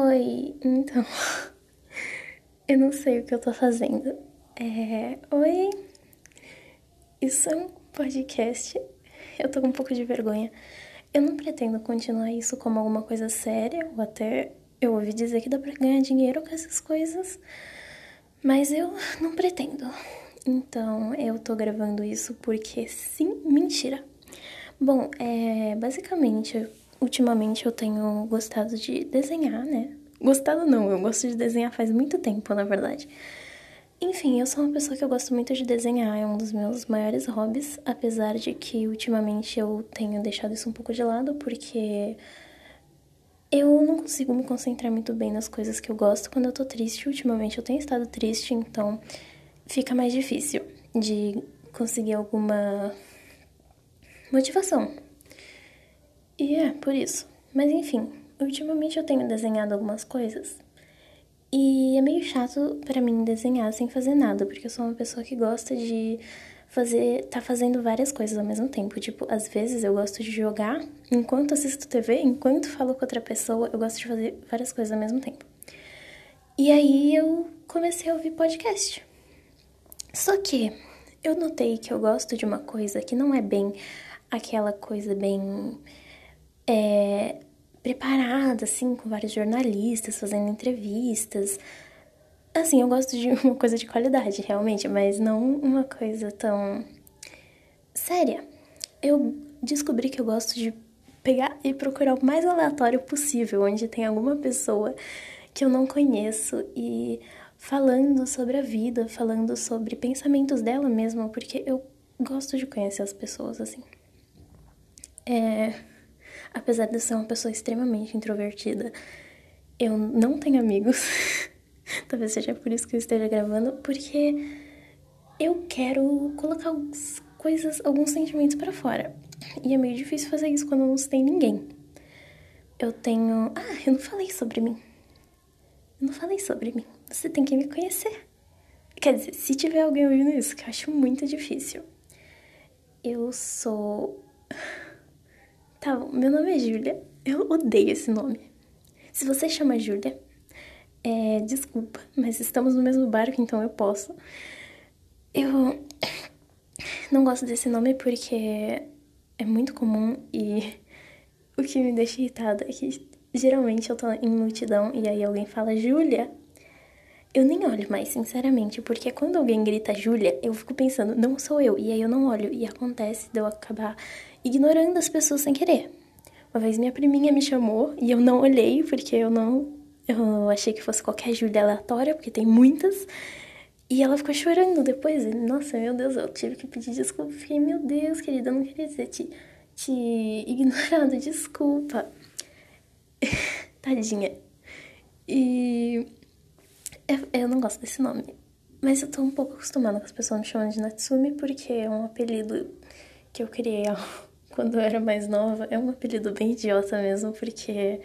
Oi, então, eu não sei o que eu tô fazendo. Oi, isso é um podcast. Eu tô com um pouco de vergonha. Eu não pretendo continuar isso como alguma coisa séria, ou até eu ouvi dizer que dá pra ganhar dinheiro com essas coisas, mas eu não pretendo. Então, eu tô gravando isso porque sim, mentira. Bom, basicamente, ultimamente eu tenho gostado de desenhar, né? Gostado não, eu gosto de desenhar faz muito tempo, na verdade. Enfim, eu sou uma pessoa que eu gosto muito de desenhar, é um dos meus maiores hobbies, apesar de que ultimamente eu tenho deixado isso um pouco de lado, porque eu não consigo me concentrar muito bem nas coisas que eu gosto quando eu tô triste. Ultimamente eu tenho estado triste, então fica mais difícil de conseguir alguma motivação. E é por isso. Mas enfim, ultimamente eu tenho desenhado algumas coisas e é meio chato pra mim desenhar sem fazer nada, porque eu sou uma pessoa que gosta de tá fazendo várias coisas ao mesmo tempo. Tipo, às vezes eu gosto de jogar enquanto assisto TV, enquanto falo com outra pessoa, eu gosto de fazer várias coisas ao mesmo tempo. E aí eu comecei a ouvir podcast. Só que eu notei que eu gosto de uma coisa que não é bem aquela coisa bem preparada, assim, com vários jornalistas fazendo entrevistas. Assim, eu gosto de uma coisa de qualidade, realmente, mas não uma coisa tão séria. Eu descobri que eu gosto de pegar e procurar o mais aleatório possível, onde tem alguma pessoa que eu não conheço e falando sobre a vida, falando sobre pensamentos dela mesma, porque eu gosto de conhecer as pessoas, assim. Apesar de eu ser uma pessoa extremamente introvertida, eu não tenho amigos. Talvez seja por isso que eu esteja gravando, porque eu quero colocar algumas coisas, alguns sentimentos pra fora. E é meio difícil fazer isso quando não se tem ninguém. Eu tenho. Ah, eu não falei sobre mim. Eu não falei sobre mim. Você tem que me conhecer. Quer dizer, se tiver alguém ouvindo isso, que eu acho muito difícil. Eu sou. Tá bom, meu nome é Júlia. Eu odeio esse nome. Se você chama Júlia, desculpa, mas estamos no mesmo barco, então eu posso. Eu não gosto desse nome porque é muito comum e o que me deixa irritada é que geralmente eu tô em multidão e aí alguém fala Júlia. Eu nem olho mais, sinceramente, porque quando alguém grita Júlia, eu fico pensando, não sou eu, e aí eu não olho, e acontece de eu acabar ignorando as pessoas sem querer. Uma vez minha priminha me chamou e eu não olhei, porque eu achei que fosse qualquer Júlia aleatória, porque tem muitas, e ela ficou chorando depois. E, nossa, meu Deus, eu tive que pedir desculpa. Fiquei, meu Deus, querida, eu não queria dizer te ignorado, desculpa. Tadinha. E eu não gosto desse nome. Mas eu tô um pouco acostumada com as pessoas me chamando de Natsumi, porque é um apelido que eu criei quando eu era mais nova. É um apelido bem idiota mesmo, porque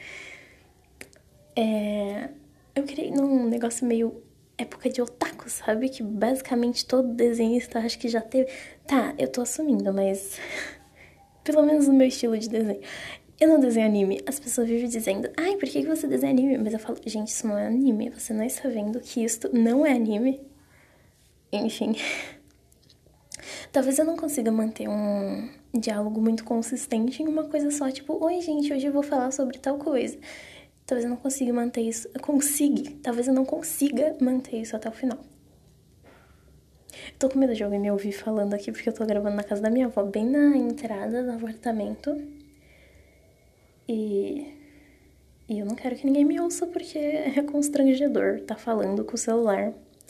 eu criei num negócio meio época de otaku, sabe? Que basicamente todo desenhista acho que já teve. Tá, eu tô assumindo, mas pelo menos no meu estilo de desenho. Eu não desenho anime. As pessoas vivem dizendo, ai, por que você desenha anime? Mas eu falo, gente, isso não é anime. Você não está vendo que isto não é anime? Enfim. Talvez eu não consiga manter um diálogo muito consistente em uma coisa só, tipo, oi, gente, hoje eu vou falar sobre tal coisa. Talvez eu não consiga manter isso. Talvez eu não consiga manter isso até o final. Tô com medo de alguém me ouvir falando aqui, porque eu tô gravando na casa da minha avó, bem na entrada do apartamento. E eu não quero que ninguém me ouça, porque é constrangedor tá falando com o celular.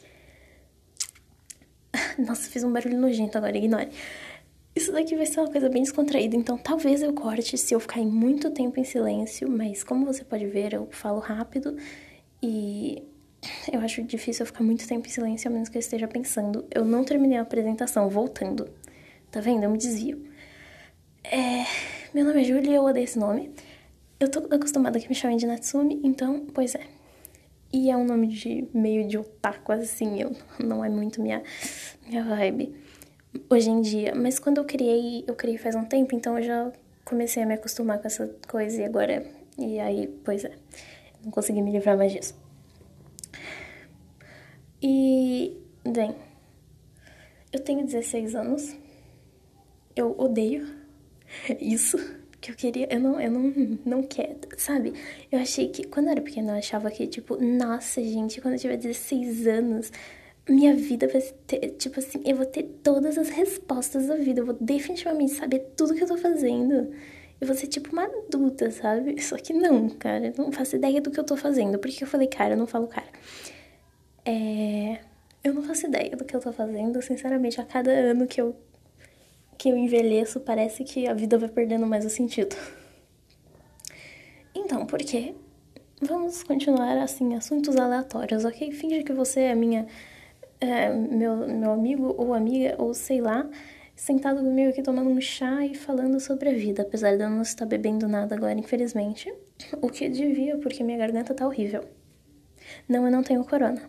Nossa, fiz um barulho nojento agora, ignore. Isso daqui vai ser uma coisa bem descontraída, então talvez eu corte se eu ficar em muito tempo em silêncio, mas como você pode ver, eu falo rápido e eu acho difícil eu ficar muito tempo em silêncio, a menos que eu esteja pensando. Eu não terminei a apresentação, voltando. Tá vendo? Eu me desvio. Meu nome é Julia e eu odeio esse nome. Eu tô acostumada que me chamem de Natsumi, então, pois é. E é um nome de meio de otaku, assim, não é muito minha vibe hoje em dia. Mas quando eu criei faz um tempo, então eu já comecei a me acostumar com essa coisa e agora... E aí, pois é. Não consegui me livrar mais disso. E, bem, eu tenho 16 anos. Eu odeio isso que eu queria. Eu não quero, sabe? Eu achei que, quando eu era pequena, eu achava que, tipo, nossa, gente, quando eu tiver 16 anos, minha vida vai ter, tipo assim, eu vou ter todas as respostas da vida. Eu vou definitivamente saber tudo que eu tô fazendo. Eu vou ser, tipo, uma adulta, sabe? Só que não, cara, eu não faço ideia do que eu tô fazendo. Por que eu falei, cara, eu não falo, cara? Eu não faço ideia do que eu tô fazendo. Sinceramente, a cada ano que eu envelheço, parece que a vida vai perdendo mais o sentido. Então, por quê? Vamos continuar assim, assuntos aleatórios, ok? Finge que você é meu amigo ou amiga, ou sei lá, sentado comigo aqui tomando um chá e falando sobre a vida, apesar de eu não estar bebendo nada agora, infelizmente. O que devia, porque minha garganta tá horrível. Não, eu não tenho corona.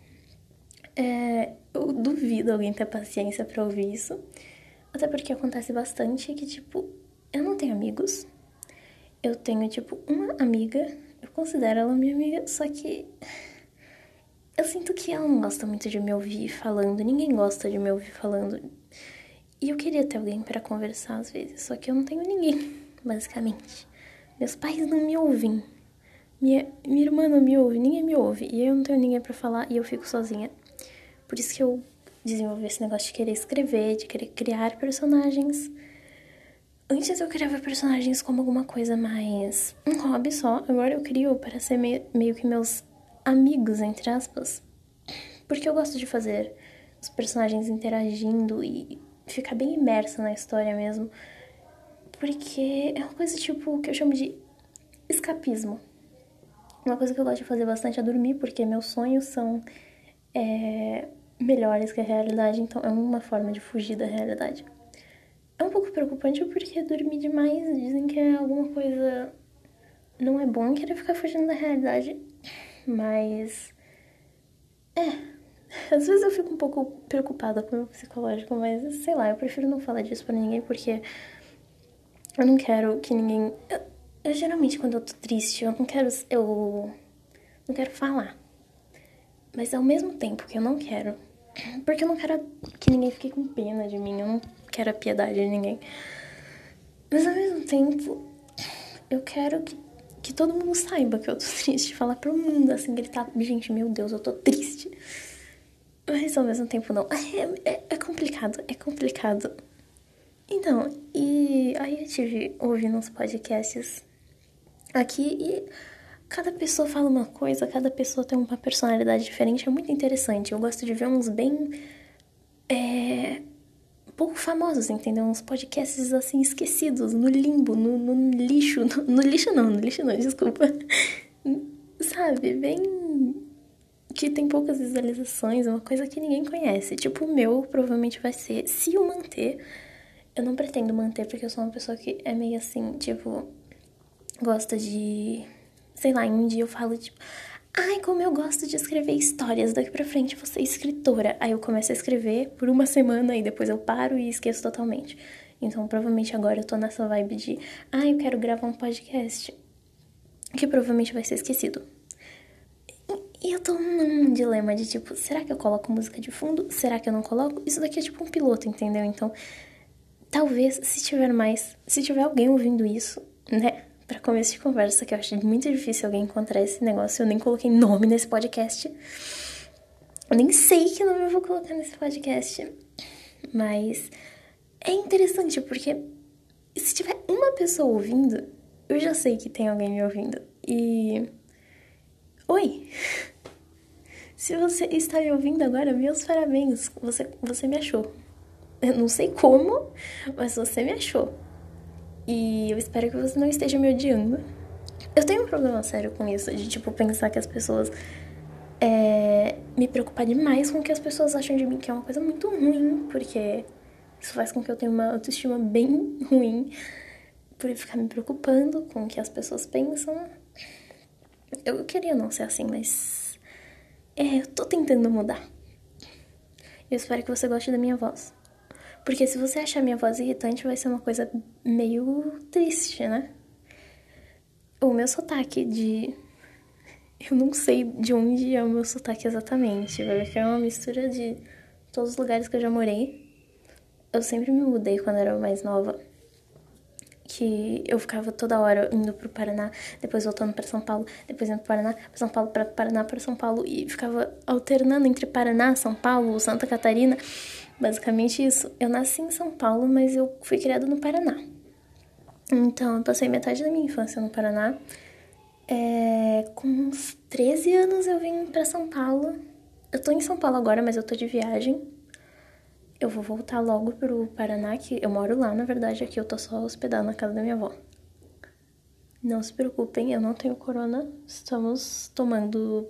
Eu duvido alguém ter paciência pra ouvir isso. Até porque acontece bastante que, tipo, eu não tenho amigos. Eu tenho, tipo, uma amiga. Eu considero ela minha amiga, só que eu sinto que ela não gosta muito de me ouvir falando. Ninguém gosta de me ouvir falando. E eu queria ter alguém pra conversar às vezes, só que eu não tenho ninguém, basicamente. Meus pais não me ouvem. Minha irmã não me ouve, ninguém me ouve. E eu não tenho ninguém pra falar e eu fico sozinha. Por isso que eu desenvolvi esse negócio de querer escrever, de querer criar personagens. Antes eu criava personagens como alguma coisa mais um hobby só. Agora eu crio para ser meio que meus amigos, entre aspas. Porque eu gosto de fazer os personagens interagindo e ficar bem imersa na história mesmo. Porque é uma coisa tipo que eu chamo de escapismo. Uma coisa que eu gosto de fazer bastante é dormir, porque meus sonhos são melhores que a realidade, então é uma forma de fugir da realidade. É um pouco preocupante porque dormir demais dizem que é alguma coisa. Não é bom querer ficar fugindo da realidade, mas. Às vezes eu fico um pouco preocupada com o meu psicológico, mas sei lá, eu prefiro não falar disso pra ninguém porque eu não quero que ninguém. Eu geralmente, quando eu tô triste, eu não quero. Eu não quero falar. Mas ao mesmo tempo que eu não quero. Porque eu não quero que ninguém fique com pena de mim, eu não quero a piedade de ninguém. Mas ao mesmo tempo, eu quero que todo mundo saiba que eu tô triste. Falar pro mundo, assim, gritar: gente, meu Deus, eu tô triste. Mas ao mesmo tempo, não. É complicado, é complicado. Então, e aí eu tive ouvindo uns podcasts aqui e cada pessoa fala uma coisa, cada pessoa tem uma personalidade diferente, é muito interessante. Eu gosto de ver uns bem pouco famosos, entendeu? Uns podcasts assim esquecidos, no limbo, no lixo. No lixo não, desculpa. Sabe, bem que tem poucas visualizações, uma coisa que ninguém conhece. Tipo, o meu provavelmente vai ser, se eu manter, eu não pretendo manter porque eu sou uma pessoa que é meio assim, tipo, gosta de, sei lá, em um dia eu falo tipo, ai, como eu gosto de escrever histórias, daqui pra frente eu vou ser escritora. Aí eu começo a escrever por uma semana e depois eu paro e esqueço totalmente. Então, provavelmente agora eu tô nessa vibe de, ai, eu quero gravar um podcast, que provavelmente vai ser esquecido. E eu tô num dilema de tipo, será que eu coloco música de fundo? Será que eu não coloco? Isso daqui é tipo um piloto, entendeu? Então, talvez, se tiver alguém ouvindo isso, né? Pra começo de conversa, que eu acho muito difícil alguém encontrar esse negócio, eu nem coloquei nome nesse podcast. Eu nem sei que nome eu vou colocar nesse podcast. Mas é interessante porque se tiver uma pessoa ouvindo, eu já sei que tem alguém me ouvindo. E. Oi! Se você está me ouvindo agora, meus parabéns. Você me achou. Eu não sei como, mas você me achou. E eu espero que você não esteja me odiando. Eu tenho um problema sério com isso, de tipo, pensar que as pessoas. Me preocupar demais com o que as pessoas acham de mim, que é uma coisa muito ruim, porque isso faz com que eu tenha uma autoestima bem ruim por ficar me preocupando com o que as pessoas pensam. Eu queria não ser assim, mas. Eu tô tentando mudar. Eu espero que você goste da minha voz. Porque se você achar minha voz irritante, vai ser uma coisa meio triste, né? O meu sotaque Eu não sei de onde é o meu sotaque exatamente, porque é uma mistura de todos os lugares que eu já morei. Eu sempre me mudei quando era mais nova, que eu ficava toda hora indo pro Paraná, depois voltando pra São Paulo, depois indo pro Paraná, pra São Paulo, pra Paraná, pra São Paulo, e ficava alternando entre Paraná, São Paulo, Santa Catarina. Basicamente isso. Eu nasci em São Paulo, mas eu fui criada no Paraná. Então, eu passei metade da minha infância no Paraná. Com uns 13 anos eu vim pra São Paulo. Eu tô em São Paulo agora, mas eu tô de viagem. Eu vou voltar logo pro Paraná, que eu moro lá, na verdade, aqui eu tô só hospedada na casa da minha avó. Não se preocupem, eu não tenho corona, estamos tomando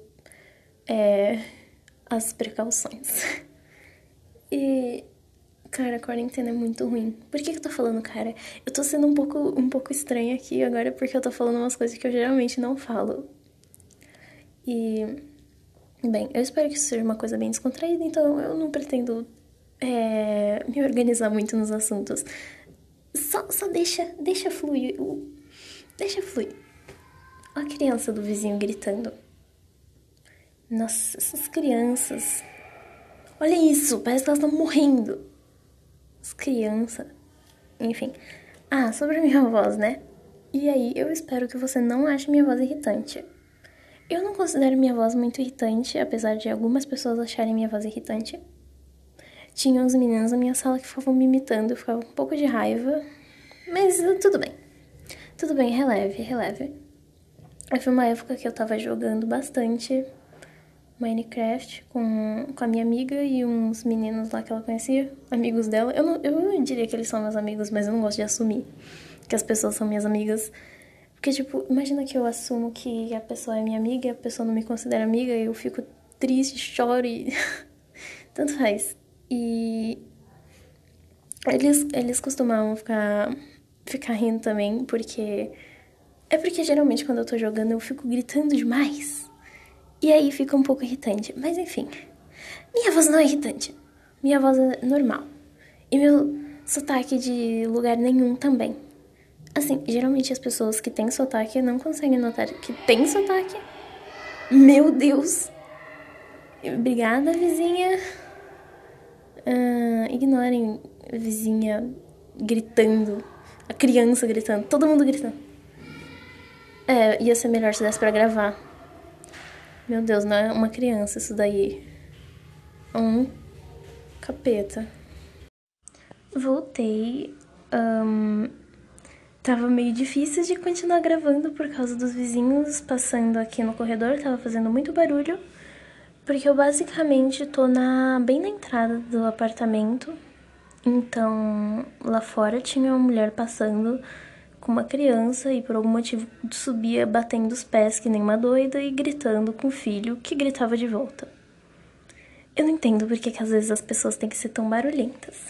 as precauções. E, cara, a quarentena é muito ruim. Por que eu tô falando, cara? Eu tô sendo um pouco estranha aqui agora porque eu tô falando umas coisas que eu geralmente não falo. E, bem, eu espero que isso seja uma coisa bem descontraída, então eu não pretendo me organizar muito nos assuntos. Só deixa fluir. Deixa fluir. Olha a criança do vizinho gritando. Nossa, essas crianças. Olha isso, parece que elas estão morrendo. As crianças. Enfim. Ah, sobre a minha voz, né? E aí, eu espero que você não ache minha voz irritante. Eu não considero minha voz muito irritante, apesar de algumas pessoas acharem minha voz irritante. Tinha uns meninos na minha sala que ficavam me imitando, eu ficava com um pouco de raiva. Mas tudo bem. Tudo bem, releve. Foi uma época que eu tava jogando bastante Minecraft com a minha amiga e uns meninos lá que ela conhecia, amigos dela. Eu diria que eles são meus amigos, mas eu não gosto de assumir que as pessoas são minhas amigas. Porque, tipo, imagina que eu assumo que a pessoa é minha amiga e a pessoa não me considera amiga e eu fico triste, choro e... Tanto faz. E eles costumavam ficar rindo também, porque... É porque geralmente quando eu tô jogando eu fico gritando demais. E aí fica um pouco irritante. Mas enfim, minha voz não é irritante. Minha voz é normal. E meu sotaque de lugar nenhum também. Assim, geralmente as pessoas que têm sotaque não conseguem notar que tem sotaque. Meu Deus! Obrigada, vizinha. Ignorem a vizinha gritando. A criança gritando. Todo mundo gritando. Ia ser melhor se desse pra gravar. Meu Deus, não é uma criança isso daí. Um capeta. Voltei. Tava meio difícil de continuar gravando por causa dos vizinhos passando aqui no corredor. Tava fazendo muito barulho. Porque eu basicamente tô bem na entrada do apartamento. Então, lá fora tinha uma mulher passando com uma criança e por algum motivo subia batendo os pés que nem uma doida e gritando com o filho, que gritava de volta. Eu não entendo porque que às vezes as pessoas têm que ser tão barulhentas.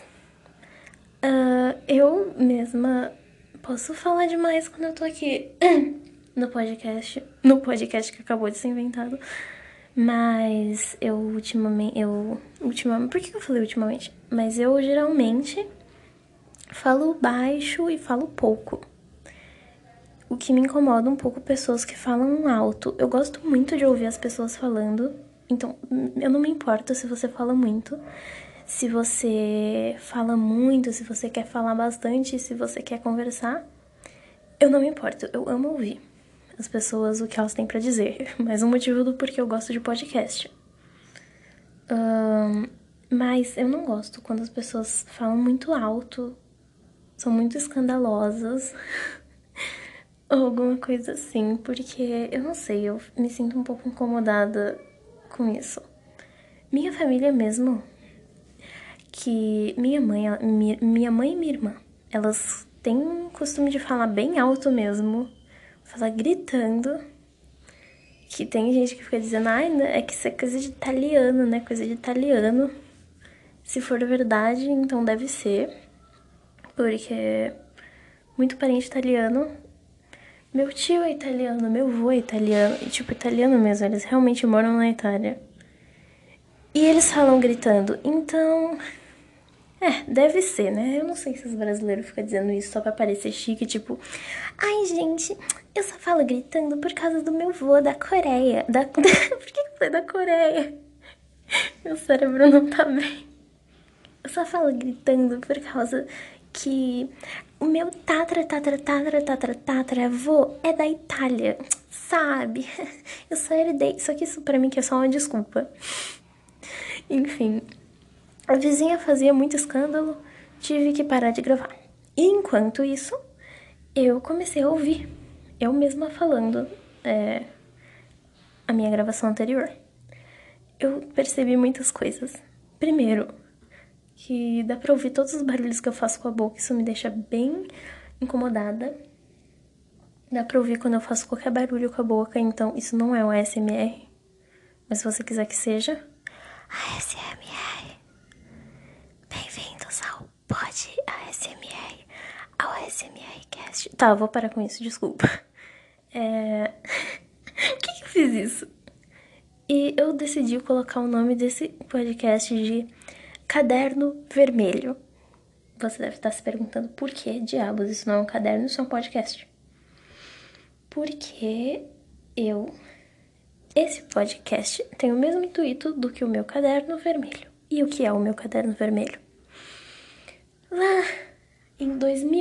Eu mesma posso falar demais quando eu tô aqui no podcast que acabou de ser inventado. Mas ultimamente, por que eu falei ultimamente? Mas eu geralmente falo baixo e falo pouco. O que me incomoda um pouco pessoas que falam alto. Eu gosto muito de ouvir as pessoas falando. Então, eu não me importo se você fala muito. Se você fala muito, se você quer falar bastante, se você quer conversar. Eu não me importo. Eu amo ouvir as pessoas, o que elas têm pra dizer. Mais um motivo do porquê eu gosto de podcast. Mas eu não gosto quando as pessoas falam muito alto. São muito escandalosas. Ou alguma coisa assim, porque eu não sei, eu me sinto um pouco incomodada com isso. Minha família mesmo, que minha mãe e minha irmã, elas têm o costume de falar bem alto mesmo, falar gritando, que tem gente que fica dizendo, é que isso é coisa de italiano, né, coisa de italiano. Se for verdade, então deve ser, porque muito parente italiano. Meu tio é italiano, meu avô é italiano, e tipo, italiano mesmo, eles realmente moram na Itália. E eles falam gritando, então... Deve ser, né? Eu não sei se os brasileiros ficam dizendo isso só pra parecer chique, tipo... Ai, gente, eu só falo gritando por causa do meu vô da Coreia. Por que eu falei da Coreia? Meu cérebro não tá bem. Eu só falo gritando por causa que o meu tataravô é da Itália, sabe? Eu só herdei. Só que isso pra mim que é só uma desculpa. Enfim, a vizinha fazia muito escândalo, tive que parar de gravar. E enquanto isso, eu comecei a ouvir eu mesma falando a minha gravação anterior. Eu percebi muitas coisas. Primeiro, que dá pra ouvir todos os barulhos que eu faço com a boca, isso me deixa bem incomodada. Dá pra ouvir quando eu faço qualquer barulho com a boca, então isso não é um ASMR. Mas se você quiser que seja, ASMR. Bem-vindos ao Pod ASMR, ao ASMR Cast. Tá, eu vou parar com isso, desculpa. Por que eu fiz isso? E eu decidi colocar o nome desse podcast de Caderno Vermelho. Você deve estar se perguntando por que diabos isso não é um caderno, isso é um podcast. Porque esse podcast tem o mesmo intuito do que o meu caderno vermelho. E o que é o meu caderno vermelho? Lá em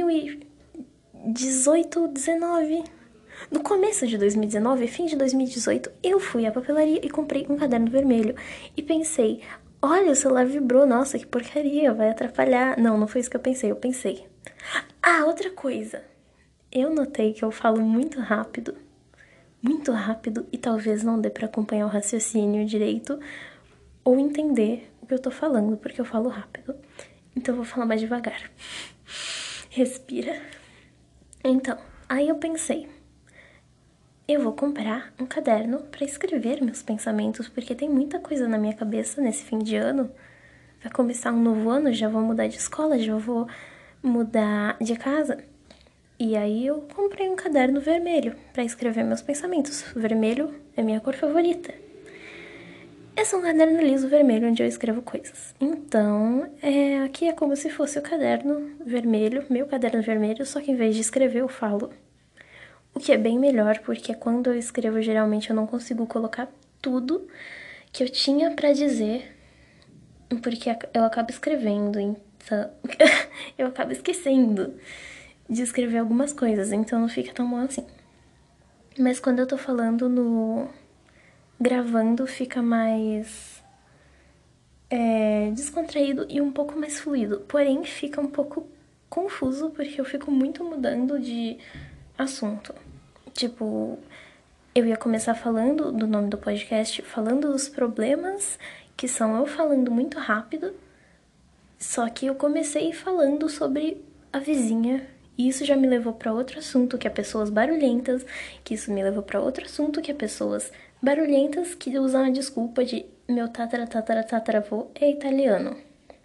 2018, 19, no começo de 2019, fim de 2018, eu fui à papelaria e comprei um caderno vermelho. E pensei, olha, o celular vibrou, nossa, que porcaria, vai atrapalhar. Não, não foi isso que eu pensei. Ah, outra coisa. Eu notei que eu falo muito rápido, e talvez não dê pra acompanhar o raciocínio direito ou entender o que eu tô falando, porque eu falo rápido. Então eu vou falar mais devagar. Respira. Então, aí eu pensei, eu vou comprar um caderno pra escrever meus pensamentos, porque tem muita coisa na minha cabeça nesse fim de ano. Vai começar um novo ano, já vou mudar de escola, já vou mudar de casa. E aí eu comprei um caderno vermelho pra escrever meus pensamentos. Vermelho é minha cor favorita. Esse é um caderno liso vermelho onde eu escrevo coisas. Então, aqui é como se fosse o caderno vermelho, meu caderno vermelho, só que em vez de escrever eu falo. O que é bem melhor, porque quando eu escrevo, geralmente eu não consigo colocar tudo que eu tinha pra dizer, porque eu acabo escrevendo, então eu acabo esquecendo de escrever algumas coisas, então não fica tão bom assim. Mas quando eu tô falando gravando, fica mais descontraído e um pouco mais fluido. Porém, fica um pouco confuso, porque eu fico muito mudando de assunto. Tipo, eu ia começar falando do nome do podcast, falando dos problemas, que são eu falando muito rápido, só que eu comecei falando sobre a vizinha, e isso já me levou para outro assunto, que é pessoas barulhentas, que isso me levou para outro assunto, que é pessoas barulhentas que usam a desculpa de meu tataravô é italiano.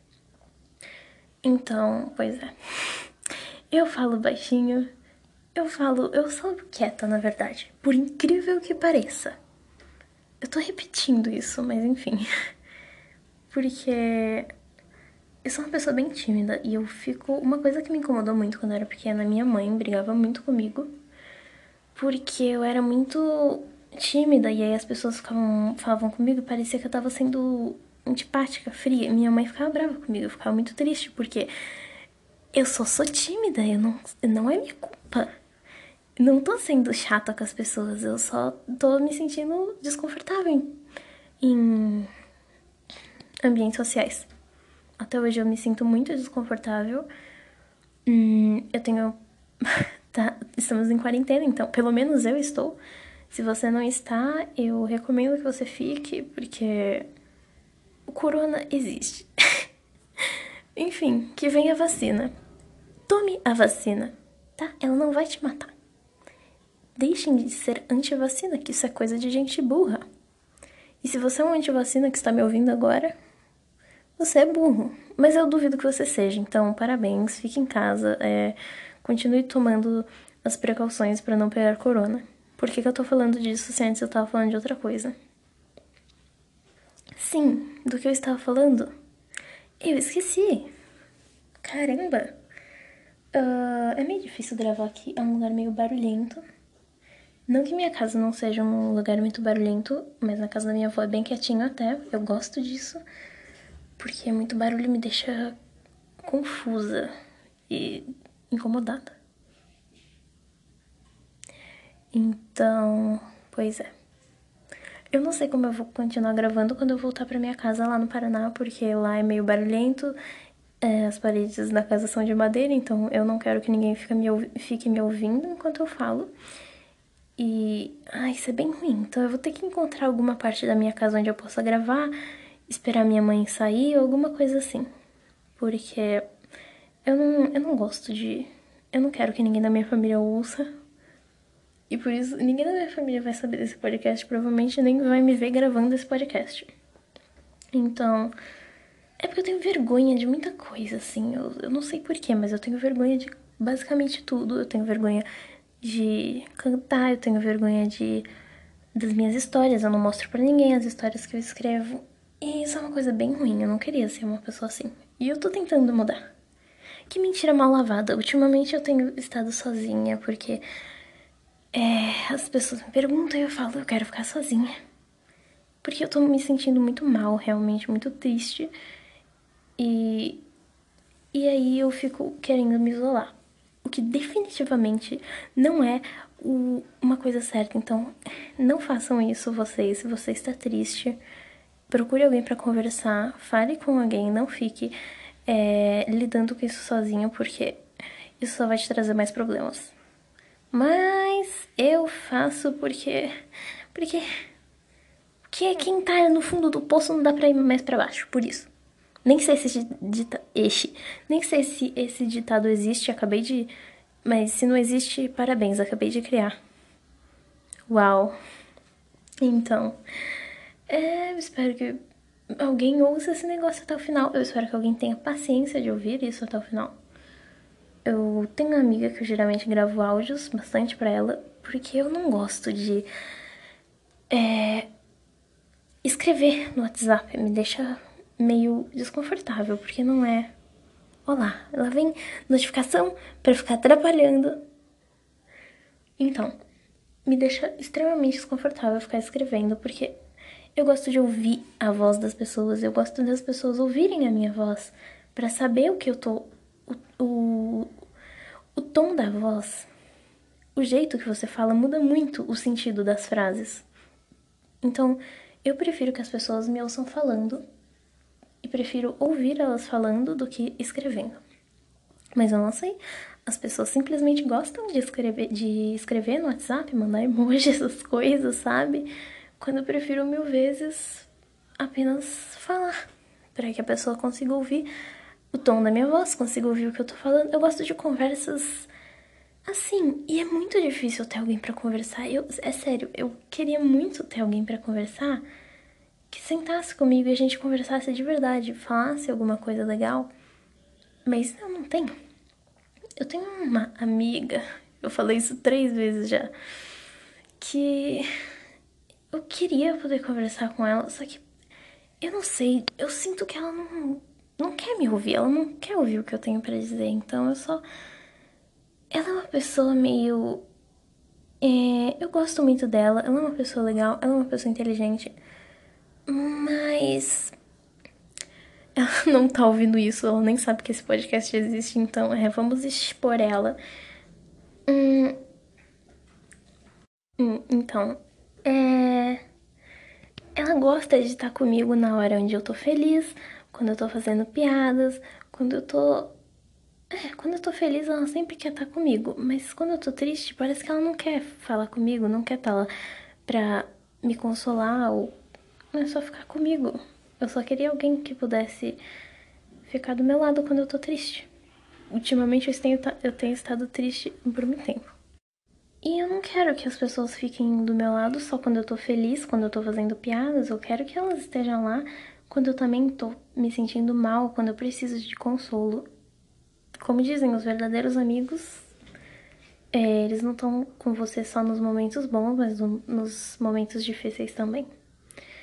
Então, pois é. Eu falo baixinho, eu sou quieta, na verdade, por incrível que pareça. Eu tô repetindo isso, mas enfim. Porque eu sou uma pessoa bem tímida e eu fico... Uma coisa que me incomodou muito quando eu era pequena, minha mãe brigava muito comigo porque eu era muito tímida e aí as pessoas falavam comigo e parecia que eu tava sendo antipática, fria. Minha mãe ficava brava comigo, eu ficava muito triste porque eu sou tímida, não é minha culpa. Não tô sendo chata com as pessoas, eu só tô me sentindo desconfortável em ambientes sociais. Até hoje eu me sinto muito desconfortável. Eu tenho... estamos em quarentena, então pelo menos eu estou. Se você não está, eu recomendo que você fique, porque o corona existe. Enfim, que venha a vacina. Tome a vacina, tá? Ela não vai te matar. Deixem de ser anti-vacina, que isso é coisa de gente burra. E se você é um anti-vacina que está me ouvindo agora, você é burro. Mas eu duvido que você seja, então parabéns, fique em casa, continue tomando as precauções para não pegar corona. Por que eu tô falando disso se antes eu tava falando de outra coisa? Sim, do que eu estava falando? Eu esqueci. Caramba! É meio difícil gravar aqui, é um lugar meio barulhento. Não que minha casa não seja um lugar muito barulhento, mas na casa da minha avó é bem quietinho até. Eu gosto disso, porque muito barulho me deixa confusa e incomodada. Então, pois é. Eu não sei como eu vou continuar gravando quando eu voltar pra minha casa lá no Paraná, porque lá é meio barulhento. As paredes da casa são de madeira, então eu não quero que ninguém fique me ouvindo enquanto eu falo. E, isso é bem ruim. Então eu vou ter que encontrar alguma parte da minha casa onde eu possa gravar, esperar minha mãe sair ou alguma coisa assim. Porque eu não gosto de. Eu não quero que ninguém da minha família ouça. E por isso, ninguém da minha família vai saber desse podcast, provavelmente nem vai me ver gravando esse podcast. Então, é porque eu tenho vergonha de muita coisa, assim. Eu não sei porquê, mas eu tenho vergonha de basicamente tudo. Eu tenho vergonha de cantar, eu tenho vergonha das minhas histórias. Eu não mostro pra ninguém as histórias que eu escrevo. E isso é uma coisa bem ruim. Eu não queria ser uma pessoa assim. E eu tô tentando mudar. Que mentira mal lavada. Ultimamente eu tenho estado sozinha porque as pessoas me perguntam e eu falo, eu quero ficar sozinha. Porque eu tô me sentindo muito mal, realmente, muito triste. E, e aí eu fico querendo me isolar. O que definitivamente não é uma coisa certa. Então, não façam isso vocês. Se você está triste, procure alguém pra conversar. Fale com alguém. Não fique lidando com isso sozinho, porque isso só vai te trazer mais problemas. Mas eu faço porque quem tá no fundo do poço não dá pra ir mais pra baixo, por isso. Nem sei se nem sei se esse ditado existe, mas se não existe, parabéns, acabei de criar. Uau. Então, eu espero que alguém ouça esse negócio até o final. Eu espero que alguém tenha paciência de ouvir isso até o final. Eu tenho uma amiga que eu geralmente gravo áudios bastante pra ela, porque eu não gosto de escrever no WhatsApp. Me deixa meio desconfortável, porque não é. Olá, ela vem notificação pra ficar atrapalhando. Então, me deixa extremamente desconfortável ficar escrevendo, porque eu gosto de ouvir a voz das pessoas, eu gosto das pessoas ouvirem a minha voz, pra saber o que eu tô. O tom da voz, o jeito que você fala muda muito o sentido das frases. Então, eu prefiro que as pessoas me ouçam falando e prefiro ouvir elas falando do que escrevendo. Mas eu não sei, as pessoas simplesmente gostam de escrever no WhatsApp, mandar emojis, essas coisas, sabe? Quando eu prefiro mil vezes apenas falar, para que a pessoa consiga ouvir o tom da minha voz, consiga ouvir o que eu tô falando. Eu gosto de conversas assim, e é muito difícil ter alguém pra conversar. É sério, eu queria muito ter alguém pra conversar que sentasse comigo e a gente conversasse de verdade, falasse alguma coisa legal. Mas eu não tenho. Eu tenho uma amiga, eu falei isso 3 vezes já, que eu queria poder conversar com ela, só que eu não sei, eu sinto que ela não quer me ouvir, ela não quer ouvir o que eu tenho pra dizer, então eu só. Ela é uma pessoa meio. Eu gosto muito dela, ela é uma pessoa legal, ela é uma pessoa inteligente, mas ela não tá ouvindo isso, ela nem sabe que esse podcast existe, então vamos expor ela. Então, ela gosta de estar comigo na hora onde eu tô feliz, quando eu tô fazendo piadas, quando eu tô. Quando eu tô feliz, ela sempre quer estar comigo. Mas quando eu tô triste, parece que ela não quer falar comigo, não quer estar lá pra me consolar ou não é só ficar comigo. Eu só queria alguém que pudesse ficar do meu lado quando eu tô triste. Ultimamente eu tenho estado triste por muito tempo. E eu não quero que as pessoas fiquem do meu lado só quando eu tô feliz, quando eu tô fazendo piadas. Eu quero que elas estejam lá quando eu também tô me sentindo mal, quando eu preciso de consolo. Como dizem, os verdadeiros amigos, eles não estão com você só nos momentos bons, mas nos momentos difíceis também.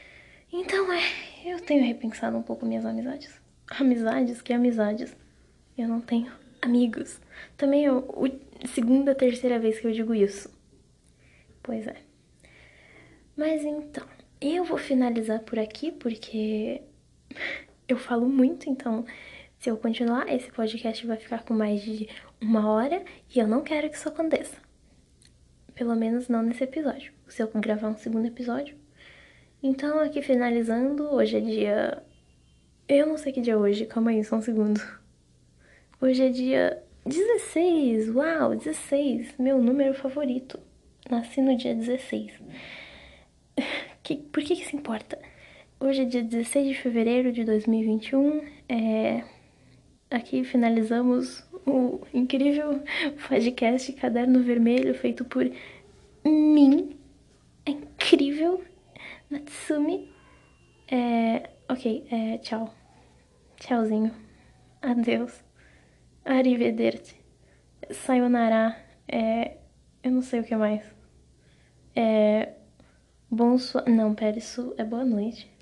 Então, eu tenho repensado um pouco minhas amizades. Amizades? Que amizades? Eu não tenho amigos. Também é a segunda, terceira vez que eu digo isso. Pois é. Mas então, eu vou finalizar por aqui porque eu falo muito, então se eu continuar, esse podcast vai ficar com mais de 1 hora e eu não quero que isso aconteça. Pelo menos não nesse episódio. Se eu gravar um segundo episódio. Então, aqui finalizando, hoje é dia. Eu não sei que dia é hoje, calma aí, só um segundo. Hoje é dia 16, uau, 16, meu número favorito. Nasci no dia 16. Por que isso importa? Hoje é dia 16 de fevereiro de 2021. Aqui finalizamos o incrível podcast Caderno Vermelho feito por mim. É incrível. Natsumi. Ok, tchau. Tchauzinho. Adeus. Arrivederci. Sayonara. Eu não sei o que mais. Não, pera, isso é boa noite.